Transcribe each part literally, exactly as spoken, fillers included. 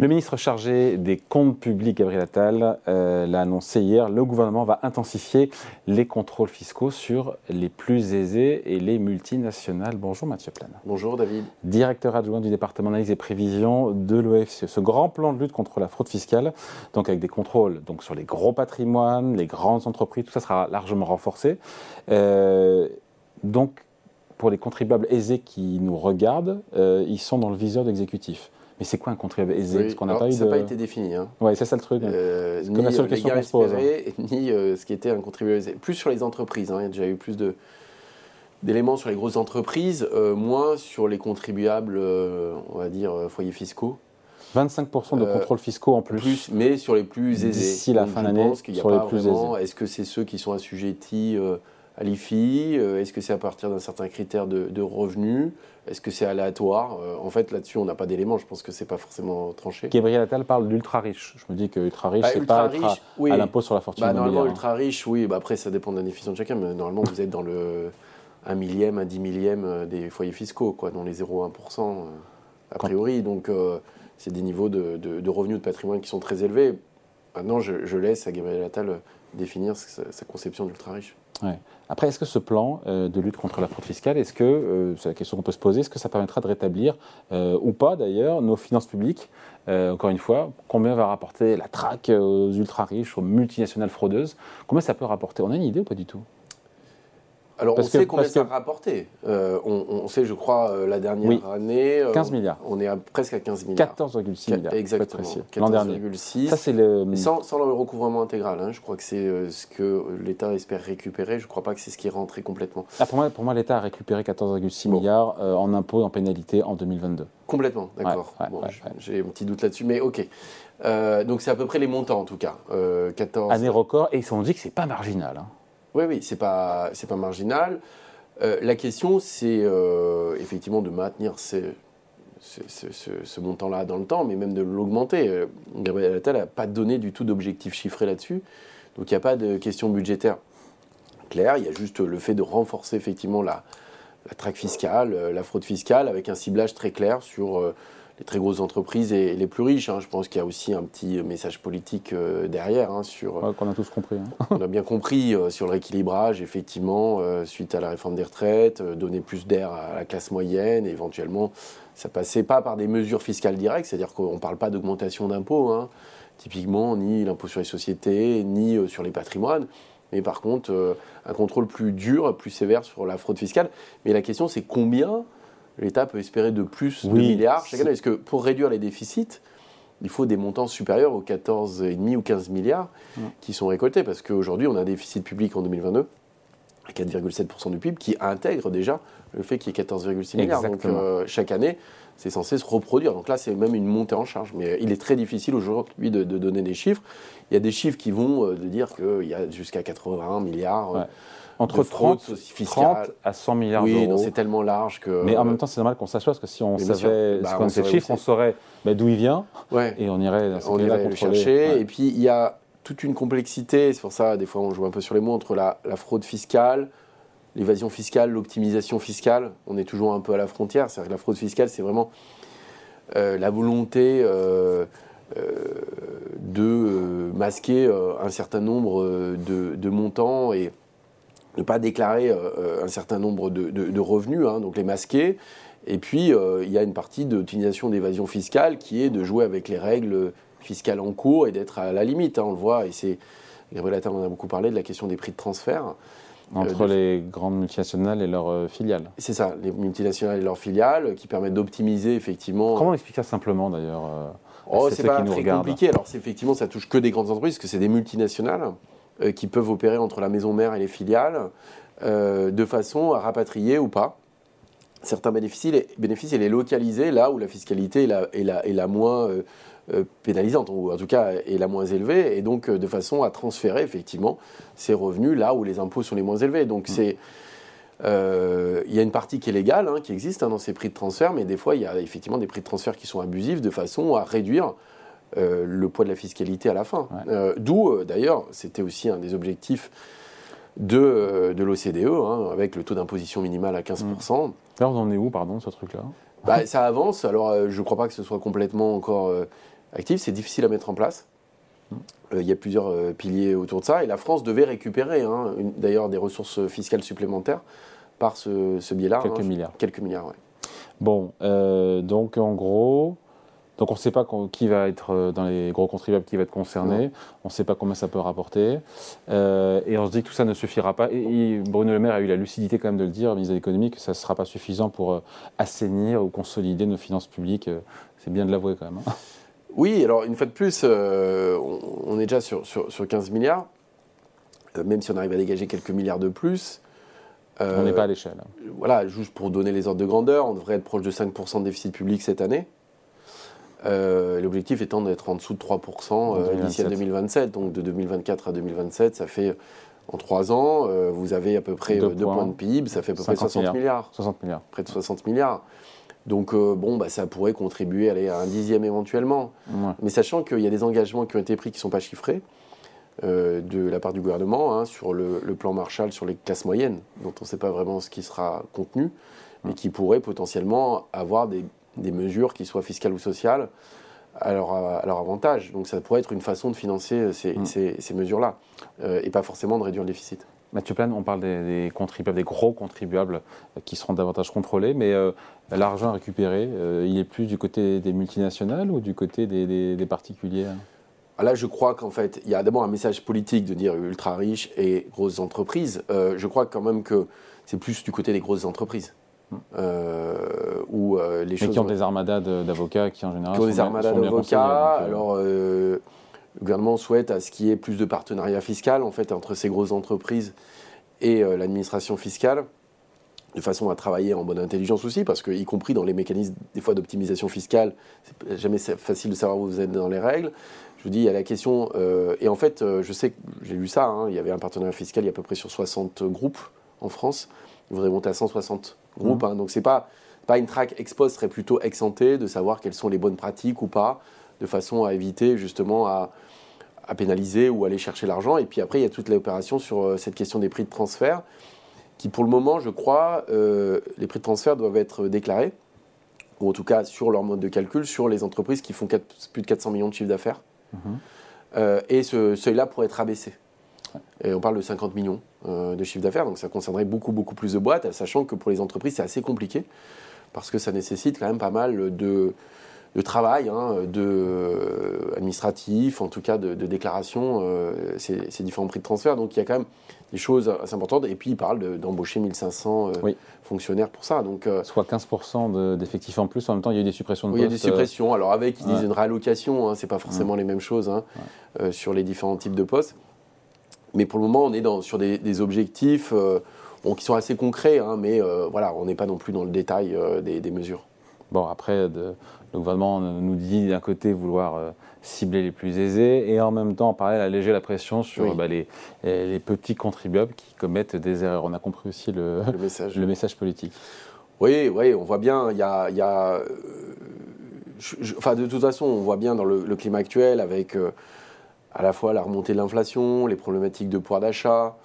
Le ministre chargé des comptes publics, Gabriel Attal, euh, l'a annoncé hier, le gouvernement va intensifier les contrôles fiscaux sur les plus aisés et les multinationales. Bonjour Mathieu Plane. Bonjour David. Directeur adjoint du département d'analyse et prévision de l'O F C E. Ce grand plan de lutte contre la fraude fiscale, donc avec des contrôles donc sur les gros patrimoines, les grandes entreprises, tout ça sera largement renforcé. Euh, donc, pour les contribuables aisés qui nous regardent, euh, ils sont dans le viseur de l'exécutif. Mais c'est quoi un contribuable aisé? Oui, Parce qu'on n'a alors, pas eu ça de... n'a pas été défini. Hein. Oui, c'est ça le truc. Euh, c'est ni la seule euh, question les gains qu'on se pose. espérés, hein. Ni euh, ce qui était un contribuable aisé. Plus sur les entreprises. Hein. Il y a déjà eu plus de, d'éléments sur les grosses entreprises, euh, moins sur les contribuables, euh, on va dire, euh, foyers fiscaux. vingt-cinq pour cent de euh, contrôles fiscaux en plus. plus. Mais sur les plus aisés. D'ici la Donc, fin je d'année, pense qu'il y a sur pas les plus vraiment, aisés. est-ce que c'est ceux qui sont assujettis euh, à l'I F I? euh, Est-ce que c'est à partir d'un certain critère de, de revenus? Est-ce que c'est aléatoire? euh, En fait, là-dessus, on n'a pas d'éléments. Je pense que c'est pas forcément tranché. Gabriel Attal parle d'ultra riche. Je me dis que ultra riche, Bah, c'est ultra pas être à, riche, oui. à l'impôt sur la fortune Bah, immobilière. normalement, ultra riche, oui. Bah, après, ça dépend de la définition de chacun. Mais normalement, vous êtes dans le un millième, un dix millième des foyers fiscaux, quoi, dans les zéro virgule un pour cent euh, a priori. Donc, euh, c'est des niveaux de, de, de revenus de patrimoine qui sont très élevés. Maintenant, je, je laisse à Gabriel Attal définir sa, sa conception d'ultra riche. Ouais. Après, est-ce que ce plan euh, de lutte contre la fraude fiscale, est-ce que, euh, c'est la question qu'on peut se poser, est-ce que ça permettra de rétablir, euh, ou pas d'ailleurs, nos finances publiques? euh, Encore une fois, combien va rapporter la traque aux ultra-riches, aux multinationales fraudeuses? Combien ça peut rapporter? On a une idée ou pas du tout? Alors, parce on sait que, combien que... ça a rapporté. Euh, on, on sait, je crois, euh, la dernière oui. année... Euh, quinze milliards. On est à, presque à quinze milliards. quatorze virgule six milliards. Exactement. L'an dernier. Ça, c'est le... Sans, sans le recouvrement intégral. Hein. Je crois que c'est euh, ce que l'État espère récupérer. Je ne crois pas que c'est ce qui est rentré complètement. Ah, pour moi, pour moi l'État a récupéré quatorze virgule six bon. milliards euh, en impôts et en pénalités en deux mille vingt-deux. Complètement, d'accord. Ouais, ouais, bon, ouais, j'ai ouais. un petit doute là-dessus, mais ok. Euh, donc, c'est à peu près les montants, en tout cas. Euh, quatorze... Année record, et on dit que ce n'est pas marginal. Hein. Oui, oui, ce n'est pas, c'est pas marginal. Euh, la question, c'est euh, effectivement de maintenir ces, ces, ce, ce, ce montant-là dans le temps, mais même de l'augmenter. Euh, Gabriel Attal n'a pas donné du tout d'objectif chiffré là-dessus, donc il n'y a pas de question budgétaire claire. Il y a juste le fait de renforcer effectivement la, la traque fiscale, euh, la fraude fiscale, avec un ciblage très clair sur euh, les très grosses entreprises et les plus riches. Hein. Je pense qu'il y a aussi un petit message politique euh, derrière. Hein, sur, ouais, qu'on a tous compris. Hein. On a bien compris euh, sur le rééquilibrage, effectivement, euh, suite à la réforme des retraites, euh, donner plus d'air à la classe moyenne, et éventuellement, ça passait pas par des mesures fiscales directes, c'est-à-dire qu'on ne parle pas d'augmentation d'impôts, hein, typiquement, ni l'impôt sur les sociétés, ni euh, sur les patrimoines, mais par contre, euh, un contrôle plus dur, plus sévère sur la fraude fiscale. Mais la question, c'est combien l'État peut espérer de plus oui, de milliards chaque année? Est-ce que pour réduire les déficits, il faut des montants supérieurs aux quatorze virgule cinq ou quinze milliards mmh. qui sont récoltés? Parce qu'aujourd'hui, on a un déficit public en deux mille vingt-deux à quatre virgule sept pour cent du P I B qui intègre déjà le fait qu'il y ait quatorze virgule six milliards. Donc euh, chaque année, c'est censé se reproduire. Donc là, c'est même une montée en charge. Mais il est très difficile aujourd'hui de, de donner des chiffres. Il y a des chiffres qui vont euh, de dire qu'il y a jusqu'à quatre-vingt-un milliards. Euh, ouais. Entre trente, trente à cent milliards oui, d'euros. Oui, c'est tellement large que... Mais en même temps, c'est normal qu'on s'assoie, parce que si on mais savait bah, ce qu'on fait le chiffre, on saurait bah, d'où il vient, ouais. et on irait, dans on irait le chercher. Ouais. Et puis, il y a toute une complexité, c'est pour ça, des fois, on joue un peu sur les mots, entre la, la fraude fiscale, l'évasion fiscale, l'optimisation fiscale. On est toujours un peu à la frontière. C'est-à-dire que la fraude fiscale, c'est vraiment euh, la volonté... Euh, Euh, de euh, masquer euh, un certain nombre de, de montants et ne pas déclarer euh, un certain nombre de, de, de revenus, hein, donc les masquer. Et puis, euh, il y a une partie d'utilisation d'évasion fiscale qui est de jouer avec les règles fiscales en cours et d'être à la limite. Hein, on le voit, et c'est Gabriel Attal en a beaucoup parlé, de la question des prix de transfert. Entre euh, de... les grandes multinationales et leurs euh, filiales. C'est ça, les multinationales et leurs filiales, qui permettent d'optimiser effectivement... Comment on explique ça simplement, d'ailleurs euh... Oh, c'est pas très compliqué. Alors, c'est effectivement, ça touche que des grandes entreprises, parce que c'est des multinationales euh, qui peuvent opérer entre la maison mère et les filiales euh, de façon à rapatrier ou pas certains bénéfices, les, bénéfices et les localiser là où la fiscalité est la, est la, est la moins euh, euh, pénalisante, ou en tout cas est la moins élevée, et donc euh, de façon à transférer effectivement ces revenus là où les impôts sont les moins élevés. Donc, mmh. c'est... Il euh, y a une partie qui est légale, hein, qui existe hein, dans ces prix de transfert, mais des fois, il y a effectivement des prix de transfert qui sont abusifs de façon à réduire euh, le poids de la fiscalité à la fin. Ouais. Euh, d'où, euh, d'ailleurs, c'était aussi un des objectifs de, euh, de l'O C D E, hein, avec le taux d'imposition minimal à quinze pour cent. Mmh. Alors, on en est où, pardon, ce truc-là? Bah, ça avance. Alors, euh, je ne crois pas que ce soit complètement encore euh, actif, c'est difficile à mettre en place. Il euh, y a plusieurs euh, piliers autour de ça, et la France devait récupérer hein, une, d'ailleurs des ressources fiscales supplémentaires par ce, ce biais-là. Quelques hein, milliards. Quelques milliards, oui. Bon, euh, donc en gros, donc on ne sait pas qui va être dans les gros contribuables, qui va être concerné, non. On ne sait pas combien ça peut rapporter, euh, et on se dit que tout ça ne suffira pas. Et, et Bruno Le Maire a eu la lucidité quand même de le dire, ministre de l'économie, que ça ne sera pas suffisant pour euh, assainir ou consolider nos finances publiques. C'est bien de l'avouer quand même. Hein. Oui, alors une fois de plus, euh, on, on est déjà sur, sur, sur quinze milliards, euh, même si on arrive à dégager quelques milliards de plus. Euh, on n'est pas à l'échelle. Voilà, juste pour donner les ordres de grandeur, on devrait être proche de cinq pour cent de déficit public cette année. Euh, l'objectif étant d'être en dessous de trois pour cent euh, d'ici à deux mille vingt-sept. Donc de deux mille vingt-quatre à deux mille vingt-sept, ça fait en trois ans, euh, vous avez à peu près deux points. points de P I B, ça fait à peu près soixante milliards. soixante milliards. Près de soixante milliards. Donc euh, bon, bah, ça pourrait contribuer allez, à un dixième éventuellement. Ouais. Mais sachant qu'il y a des engagements qui ont été pris qui ne sont pas chiffrés euh, de la part du gouvernement hein, sur le, le plan Marshall sur les classes moyennes, dont on ne sait pas vraiment ce qui sera contenu, mais ouais. qui pourraient potentiellement avoir des, des mesures qui soient fiscales ou sociales à leur, à leur avantage. Donc ça pourrait être une façon de financer ces, ouais. ces, ces mesures-là euh, et pas forcément de réduire le déficit. Mathieu Plane, on parle des, des contribuables, des gros contribuables euh, qui seront davantage contrôlés, mais euh, l'argent récupéré, euh, il est plus du côté des multinationales ou du côté des, des, des particuliers? Là, je crois qu'en fait, il y a d'abord un message politique de dire ultra riches et grosses entreprises. Euh, je crois quand même que c'est plus du côté des grosses entreprises. Euh, où euh, les mais choses qui ont des armadas d'avocats qui en général qui ont sont des armadas d'avocats. Alors, euh, le gouvernement souhaite à ce qu'il y ait plus de partenariat fiscal en fait entre ces grosses entreprises et euh, l'administration fiscale, de façon à travailler en bonne intelligence aussi, parce que y compris dans les mécanismes des fois d'optimisation fiscale, c'est jamais facile de savoir où vous êtes dans les règles. Je vous dis, il y a la question, euh, et en fait, euh, je sais que j'ai lu ça, hein, il y avait un partenariat fiscal il y a à peu près sur soixante groupes en France, il voudrait monter à cent soixante groupes, mmh. hein, donc c'est pas, pas une track ex post, serait plutôt ex ante, de savoir quelles sont les bonnes pratiques ou pas, de façon à éviter justement à, à pénaliser ou aller chercher l'argent. Et puis après, il y a toute l'opération sur euh, cette question des prix de transfert, qui pour le moment, je crois, euh, les prix de transfert doivent être déclarés, ou en tout cas sur leur mode de calcul, sur les entreprises qui font quatre, plus de quatre cents millions de chiffre d'affaires. Mmh. Euh, et ce seuil-là pourrait être abaissé. Et on parle de cinquante millions euh, de chiffre d'affaires, donc ça concernerait beaucoup, beaucoup plus de boîtes, sachant que pour les entreprises, c'est assez compliqué, parce que ça nécessite quand même pas mal de, de travail, hein, de, euh, administratif, en tout cas de, de déclaration, euh, ces, ces différents prix de transfert. Donc il y a quand même des choses assez importantes. Et puis il parle de, d'embaucher mille cinq cents euh, oui. fonctionnaires pour ça. Donc, euh, soit quinze pour cent de, d'effectifs en plus. En même temps, il y a eu des suppressions de oui, postes. Il y a des suppressions. Alors avec, ils ouais. disent une réallocation, hein, c'est pas forcément ouais. les mêmes choses hein, ouais. euh, sur les différents types de postes. Mais pour le moment, on est dans, sur des, des objectifs euh, bon, qui sont assez concrets, hein, mais euh, voilà, on n'est pas non plus dans le détail euh, des, des mesures. Bon, après, de, le gouvernement nous dit d'un côté vouloir euh, cibler les plus aisés et en même temps, en parallèle, alléger la pression sur oui. bah, les, les petits contribuables qui commettent des erreurs. On a compris aussi le, le, message. le message politique. Oui, oui, on voit bien, il y a... Y a euh, je, je, enfin, de toute façon, on voit bien dans le, le climat actuel avec... Euh, à la fois la remontée de l'inflation, les problématiques de pouvoir d'achat,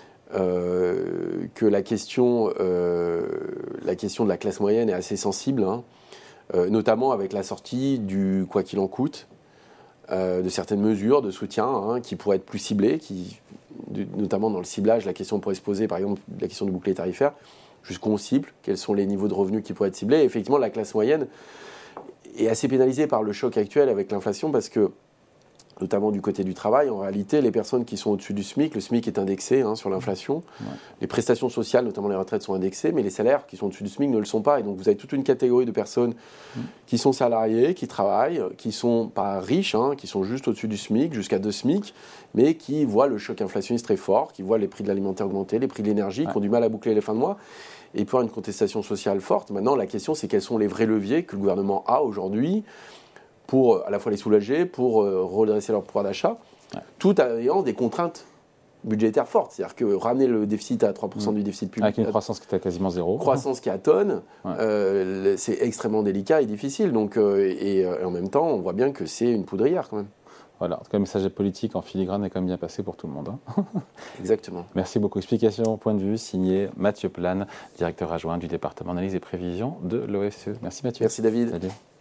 euh, que la question, euh, la question de la classe moyenne est assez sensible, hein, euh, notamment avec la sortie du quoi qu'il en coûte, euh, de certaines mesures de soutien hein, qui pourraient être plus ciblées, qui, de, notamment dans le ciblage, la question pourrait se poser, par exemple, la question du bouclier tarifaire, jusqu'où on cible, quels sont les niveaux de revenus qui pourraient être ciblés. Et effectivement, la classe moyenne est assez pénalisée par le choc actuel avec l'inflation parce que notamment du côté du travail, en réalité, les personnes qui sont au-dessus du SMIC, le SMIC est indexé hein, sur l'inflation, ouais. les prestations sociales, notamment les retraites, sont indexées, mais les salaires qui sont au-dessus du SMIC ne le sont pas. Et donc, vous avez toute une catégorie de personnes mmh. qui sont salariées, qui travaillent, qui ne sont pas riches, hein, qui sont juste au-dessus du SMIC, jusqu'à deux SMIC, mais qui voient le choc inflationniste très fort, qui voient les prix de l'alimentaire augmenter, les prix de l'énergie, ouais. qui ont du mal à boucler les fins de mois, et puis une contestation sociale forte. Maintenant, la question, c'est quels sont les vrais leviers que le gouvernement a aujourd'hui pour à la fois les soulager, pour euh, redresser leur pouvoir d'achat, ouais. tout en ayant des contraintes budgétaires fortes. C'est-à-dire que ramener le déficit à trois pour cent mmh. du déficit public... Avec une croissance qui est à quasiment zéro. Croissance qui atone, ouais. euh, c'est extrêmement délicat et difficile. Donc, euh, et, et en même temps, on voit bien que c'est une poudrière quand même. Voilà, en tout cas, le message politique en filigrane est quand même bien passé pour tout le monde. Hein. Exactement. Merci beaucoup. Explication, point de vue, signé Mathieu Plane, directeur adjoint du département analyse et prévision de l'O F C E. Merci Mathieu. Merci David. Salut.